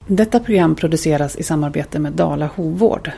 Detta program produceras i samarbete med Dala Hovvård.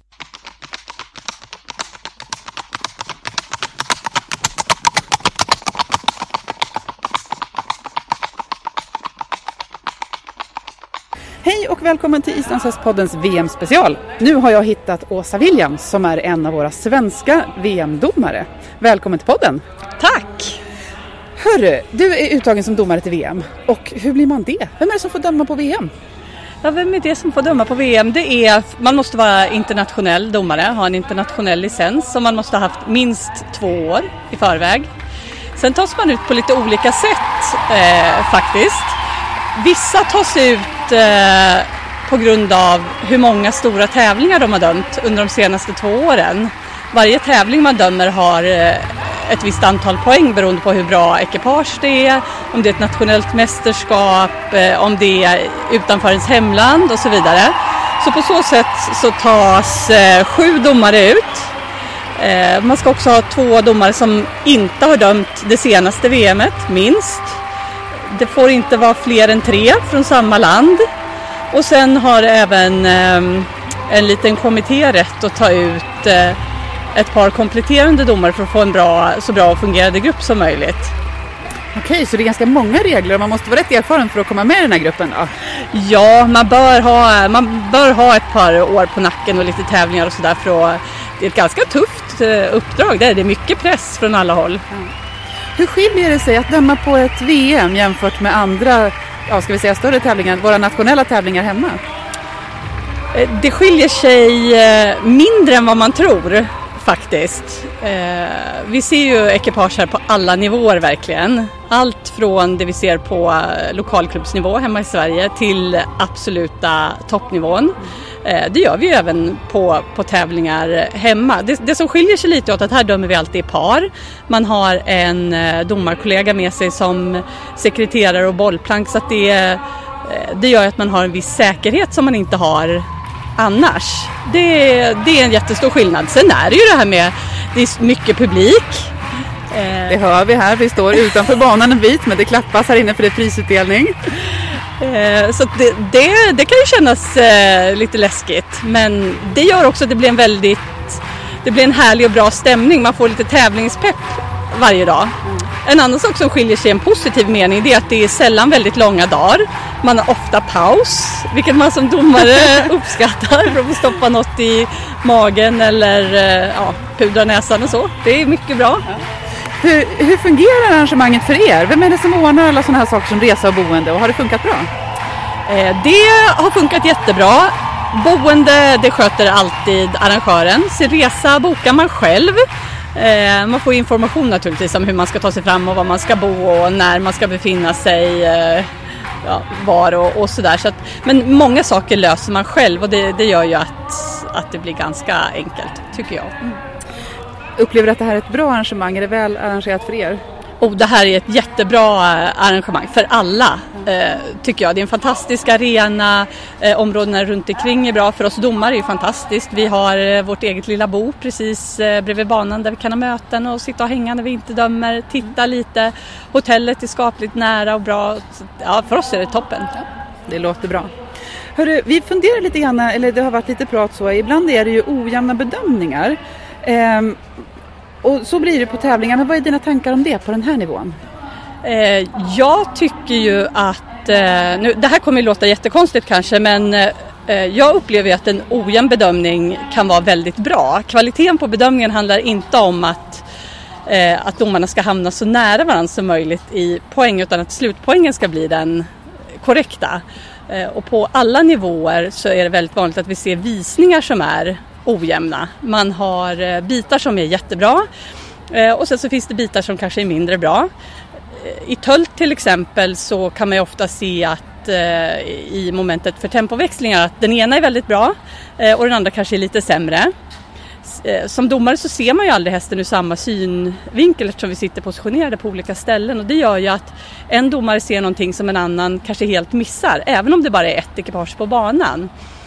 Hej och välkommen till Islandshästpoddens VM-special. Nu har jag hittat Åsa Williams som är en av våra svenska VM-domare. Välkommen till podden. Tack! Hörru, du är uttagen som domare till VM. Och hur blir man det? Vem är det som får döma på VM? Ja, vem är det som får döma på VM? Det är, man måste vara internationell domare, ha en internationell licens som man måste ha haft minst 2 år i förväg. Sen tas man ut på lite olika sätt faktiskt. Vissa tas ut på grund av hur många stora tävlingar de har dömt under de senaste 2 åren. Varje tävling man dömer har ett visst antal poäng beroende på hur bra ekipage det är, om det är ett nationellt mästerskap, om det är utanför ens hemland och så vidare. Så på så sätt så tas 7 domare ut. Man ska också ha 2 domare som inte har dömt det senaste VMet, minst. Det får inte vara fler än 3 från samma land. Och sen har även en liten kommitté rätt att ta ut ett par kompletterande domare för att få en så bra och fungerande grupp som möjligt. Okej, så det är ganska många regler och man måste vara rätt erfaren för att komma med i den här gruppen då? Ja, man bör ha ett par år på nacken och lite tävlingar och sådär det är ett ganska tufft uppdrag. Det är mycket press från alla håll. Mm. Hur skiljer det sig att döma på ett VM jämfört med andra, större tävlingar, våra nationella tävlingar hemma? Det skiljer sig mindre än vad man tror faktiskt. Vi ser ju ekipage här på alla nivåer verkligen. Allt från det vi ser på lokalklubbsnivå hemma i Sverige till absoluta toppnivån. Det gör vi ju även på tävlingar hemma. Det som skiljer sig lite åt att här dömer vi alltid i par. Man har en domarkollega med sig som sekreterare och bollplank, så att det gör att man har en viss säkerhet som man inte har annars. Det är en jättestor skillnad. Sen är det ju det här med, det är mycket publik. Det hör vi här, vi står utanför banan en bit men det klappas här inne för det är prisutdelning. Så det kan ju kännas lite läskigt, men det gör också att det blir en härlig och bra stämning. Man får lite tävlingspepp varje dag. En annan sak som skiljer sig i en positiv mening, det är att det är sällan väldigt långa dagar. Man har ofta paus, vilket man som domare uppskattar för att få stoppa något i magen eller pudra näsan och så. Det är mycket bra. Hur fungerar arrangemanget för er? Vem är det som ordnar alla sådana här saker som resa och boende, och har det funkat bra? Det har funkat jättebra. Boende, det sköter alltid arrangören. Så resa bokar man själv. Man får information naturligtvis om hur man ska ta sig fram och var man ska bo och när man ska befinna sig, var och sådär. Men många saker löser man själv, och det gör ju att det blir ganska enkelt, tycker jag. Upplever du att det här är ett bra arrangemang? Är det väl arrangerat för er? Det här är ett jättebra arrangemang för alla, tycker jag. Det är en fantastisk arena, områdena runt omkring är bra. För oss domare är det fantastiskt. Vi har vårt eget lilla bo precis bredvid banan där vi kan ha möten och sitta och hänga när vi inte dömer, titta lite. Hotellet är skapligt nära och bra. Ja, för oss är det toppen. Ja. Det låter bra. Hörru, vi funderar lite grann, eller det har varit lite prat så, ibland är det ju ojämna bedömningar. Och så blir det på tävlingarna. Vad är dina tankar om det på den här nivån? Jag tycker ju att det här kommer att låta jättekonstigt kanske, men jag upplever att en ojämn bedömning kan vara väldigt bra. Kvaliteten på bedömningen handlar inte om att domarna ska hamna så nära varandra som möjligt i poäng, utan att slutpoängen ska bli den korrekta. Och på alla nivåer så är det väldigt vanligt att vi ser visningar som är ojämna. Man har bitar som är jättebra och sen så finns det bitar som kanske är mindre bra. I tölt till exempel så kan man ju ofta se att i momentet för tempoväxlingar att den ena är väldigt bra och den andra kanske är lite sämre. Som domare så ser man ju aldrig hästen ur samma synvinkel eftersom vi sitter positionerade på olika ställen, och det gör ju att en domare ser någonting som en annan kanske helt missar, även om det bara är ett ekipage på banan.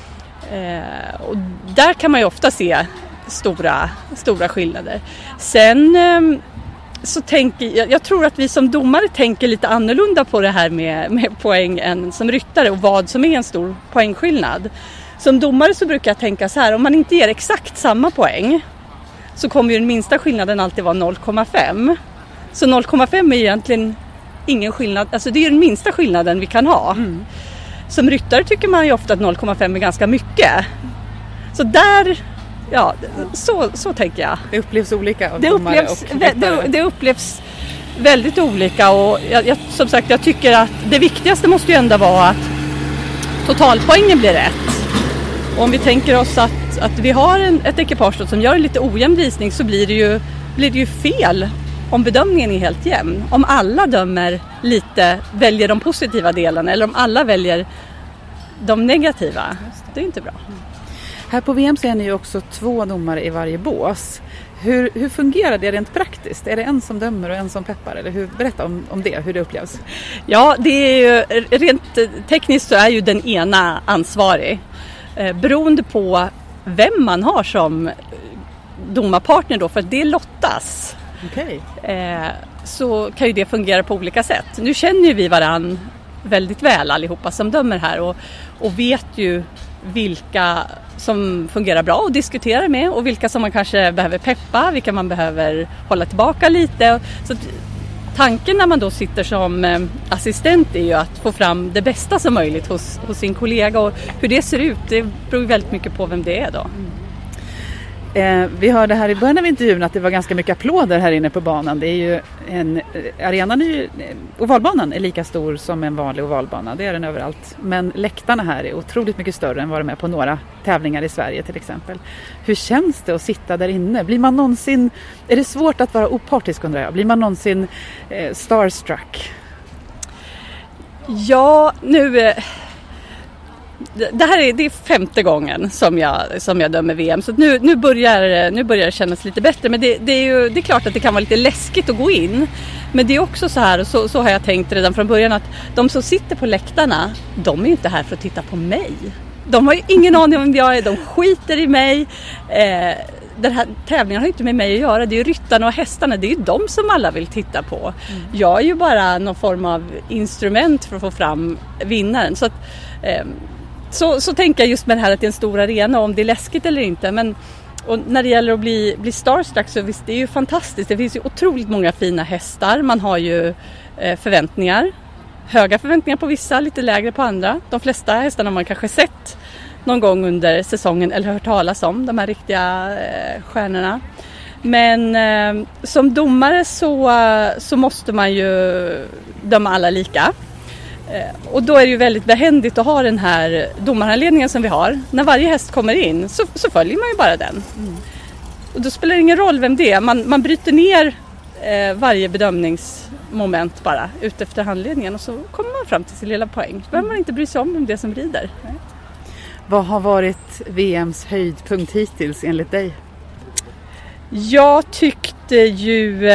Och där kan man ju ofta se stora skillnader. Sen så jag tror att vi som domare tänker lite annorlunda på det här med poäng än som ryttare och vad som är en stor poängskillnad. Som domare så brukar jag tänka så här, om man inte ger exakt samma poäng så kommer ju den minsta skillnaden alltid vara 0,5. Så 0,5 är egentligen ingen skillnad, alltså det är den minsta skillnaden vi kan ha. Som ryttare tycker man ju ofta att 0,5 är ganska mycket. Så där, ja, så tänker jag. Det upplevs olika av det upplevs väldigt olika och som sagt, jag tycker att det viktigaste måste ju ändå vara att totalpoängen blir rätt. Och om vi tänker oss att vi har ett ekipage som gör en lite ojämn visning så blir det ju fel om bedömningen är helt jämn. Om alla dömer väljer de positiva delarna eller om alla väljer de negativa. Det är inte bra. Här på VM så är ni ju också 2 domare i varje bås. Hur fungerar det rent praktiskt? Är det en som dömer och en som peppar? Eller berätta om det, hur det upplevs. Ja, det är ju, rent tekniskt så är ju den ena ansvarig. Beroende på vem man har som domarpartner då, för att det lottas. Okay. Så kan ju det fungera på olika sätt. Nu känner ju vi varann väldigt väl allihopa som dömer här och vet ju vilka som fungerar bra och diskuterar med och vilka som man kanske behöver peppa, vilka man behöver hålla tillbaka lite. Så tanken när man då sitter som assistent är ju att få fram det bästa som möjligt hos sin kollega och hur det ser ut, det beror väldigt mycket på vem det är då. Vi hörde här i början av intervjun att det var ganska mycket applåder här inne på banan. Det är ju ovalbanan är lika stor som en vanlig ovalbana, det är den överallt. Men läktarna här är otroligt mycket större än vad de är på några tävlingar i Sverige till exempel. Hur känns det att sitta där inne? Är det svårt att vara opartisk undrar jag? Blir man någonsin starstruck? Ja, det är 5:e gången som jag dömer VM så nu börjar det kännas lite bättre men det är klart att det kan vara lite läskigt att gå in men det är också så här och så har jag tänkt redan från början att de som sitter på läktarna de är ju inte här för att titta på mig. De har ju ingen aning om vem jag är, de skiter i mig. Den här tävlingen har inte med mig att göra, det är ju ryttarna och hästarna, det är ju de som alla vill titta på. Jag är ju bara någon form av instrument för att få fram vinnaren så att Så tänker jag just med det här att det är en stor arena om det är läskigt eller inte. Men och när det gäller att bli starstruck så visst, det är ju fantastiskt. Det finns ju otroligt många fina hästar. Man har ju förväntningar. Höga förväntningar på vissa, lite lägre på andra. De flesta hästarna har man kanske sett någon gång under säsongen eller hört talas om. De här riktiga stjärnorna. Men som domare så måste man ju döma alla lika. Och då är det ju väldigt behändigt att ha den här domarhandledningen som vi har. När varje häst kommer in så följer man ju bara den. Och då spelar det ingen roll vem det är. Man bryter ner varje bedömningsmoment bara ut efter handledningen och så kommer man fram till sin lilla poäng. Så behöver man inte bry sig om det som rider. Vad har varit VMs höjdpunkt hittills enligt dig? Jag tyckte ju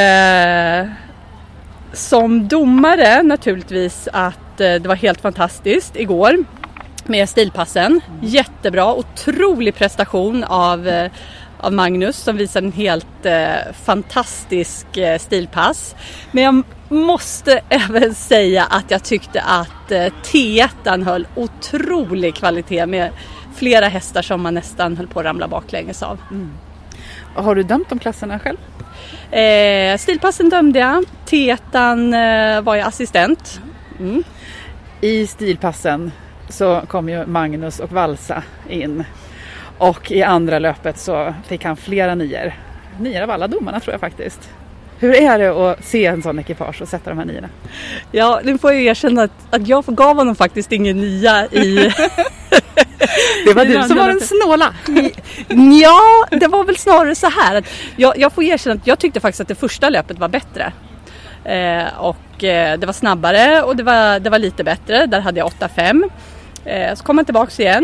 som domare naturligtvis att det var helt fantastiskt igår med stilpassen. Jättebra, otrolig prestation av Magnus som visade en helt fantastisk stilpass. Men jag måste även säga att jag tyckte att T1 höll otrolig kvalitet med flera hästar som man nästan höll på att ramla baklänges av. Har du dömt de klasserna själv? Stilpassen dömde jag. T1 var jag assistent. I stilpassen så kom ju Magnus och Valsa in. Och i andra löpet så fick han flera nior. Nior av alla domarna tror jag faktiskt. Hur är det att se en sån ekipage och sätta de här niorna? Ja, nu får jag erkänna att jag gav honom faktiskt ingen nia i... Det var du som var en snåla. Ja, det var väl snarare så här att jag får erkänna att jag tyckte faktiskt att det första löpet var bättre. Och det var snabbare och det var lite bättre. Där hade jag 8-5. Så kom jag tillbaka igen.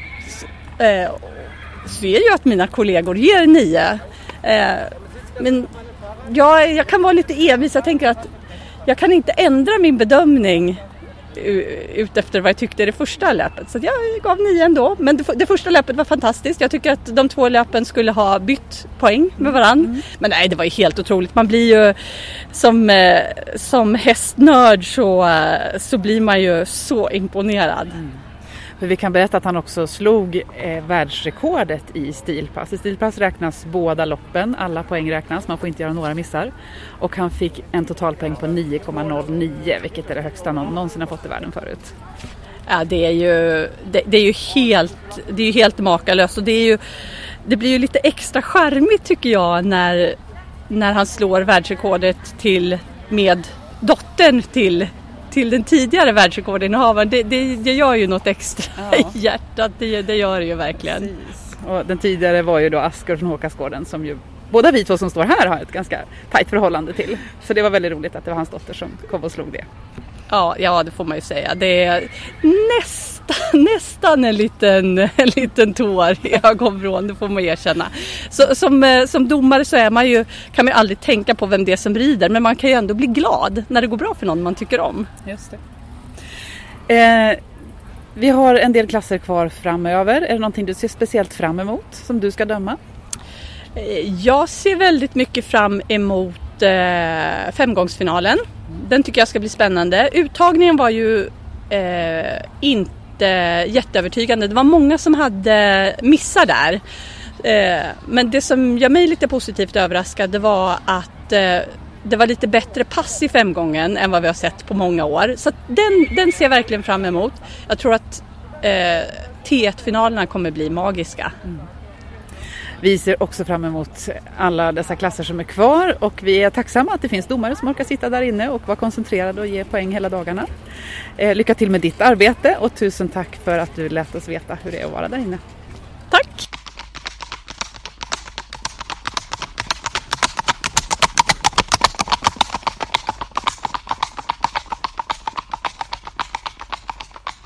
Så är ju att mina kollegor ger 9. Men jag kan vara lite envis. Jag tänker att jag kan inte ändra min bedömning ut efter vad jag tyckte i det första löpet. Så jag gav 9 ändå. Men det första löpet var fantastiskt. Jag tycker att de 2 löpen skulle ha bytt poäng med varann. Men nej, det var ju helt otroligt. Man blir ju som hästnörd så blir man ju så imponerad. För vi kan berätta att han också slog världsrekordet i stilpass. I stilpass räknas båda loppen, alla poäng räknas, man får inte göra några missar. Och han fick en totalpoäng på 9,09, vilket är det högsta någon någonsin har fått i världen förut. Ja, det är ju helt makalöst, och det blir ju lite extra charmigt tycker jag när han slår världsrekordet med dottern till den tidigare världsrekordinnehavaren. Det gör ju något extra i hjärtat, det gör det ju verkligen. Precis. Och den tidigare var ju då Asker från Håkansgården, som ju båda vi två som står här har ett ganska tajt förhållande till. Så det var väldigt roligt att det var hans dotter som kom och slog det. Ja, det får man ju säga. Det är nästan en liten tår i ögonvrån, det får man erkänna. Så, som domare så kan man ju aldrig tänka på vem det är som rider, men man kan ju ändå bli glad när det går bra för någon man tycker om. Just det. Vi har en del klasser kvar framöver. Är det någonting du ser speciellt fram emot som du ska döma? Jag ser väldigt mycket fram emot 5-gångsfinalen. Den tycker jag ska bli spännande. Uttagningen var ju inte jätteövertygande. Det var många som hade missar där. Men det som gör mig lite positivt överraskad, det var att det var lite bättre pass i 5-gången än vad vi har sett på många år. Så den ser jag verkligen fram emot. Jag tror att T1-finalerna kommer bli magiska. Vi ser också fram emot alla dessa klasser som är kvar, och vi är tacksamma att det finns domare som orkar sitta där inne och vara koncentrerade och ge poäng hela dagarna. Lycka till med ditt arbete, och tusen tack för att du lät oss veta hur det är att vara där inne.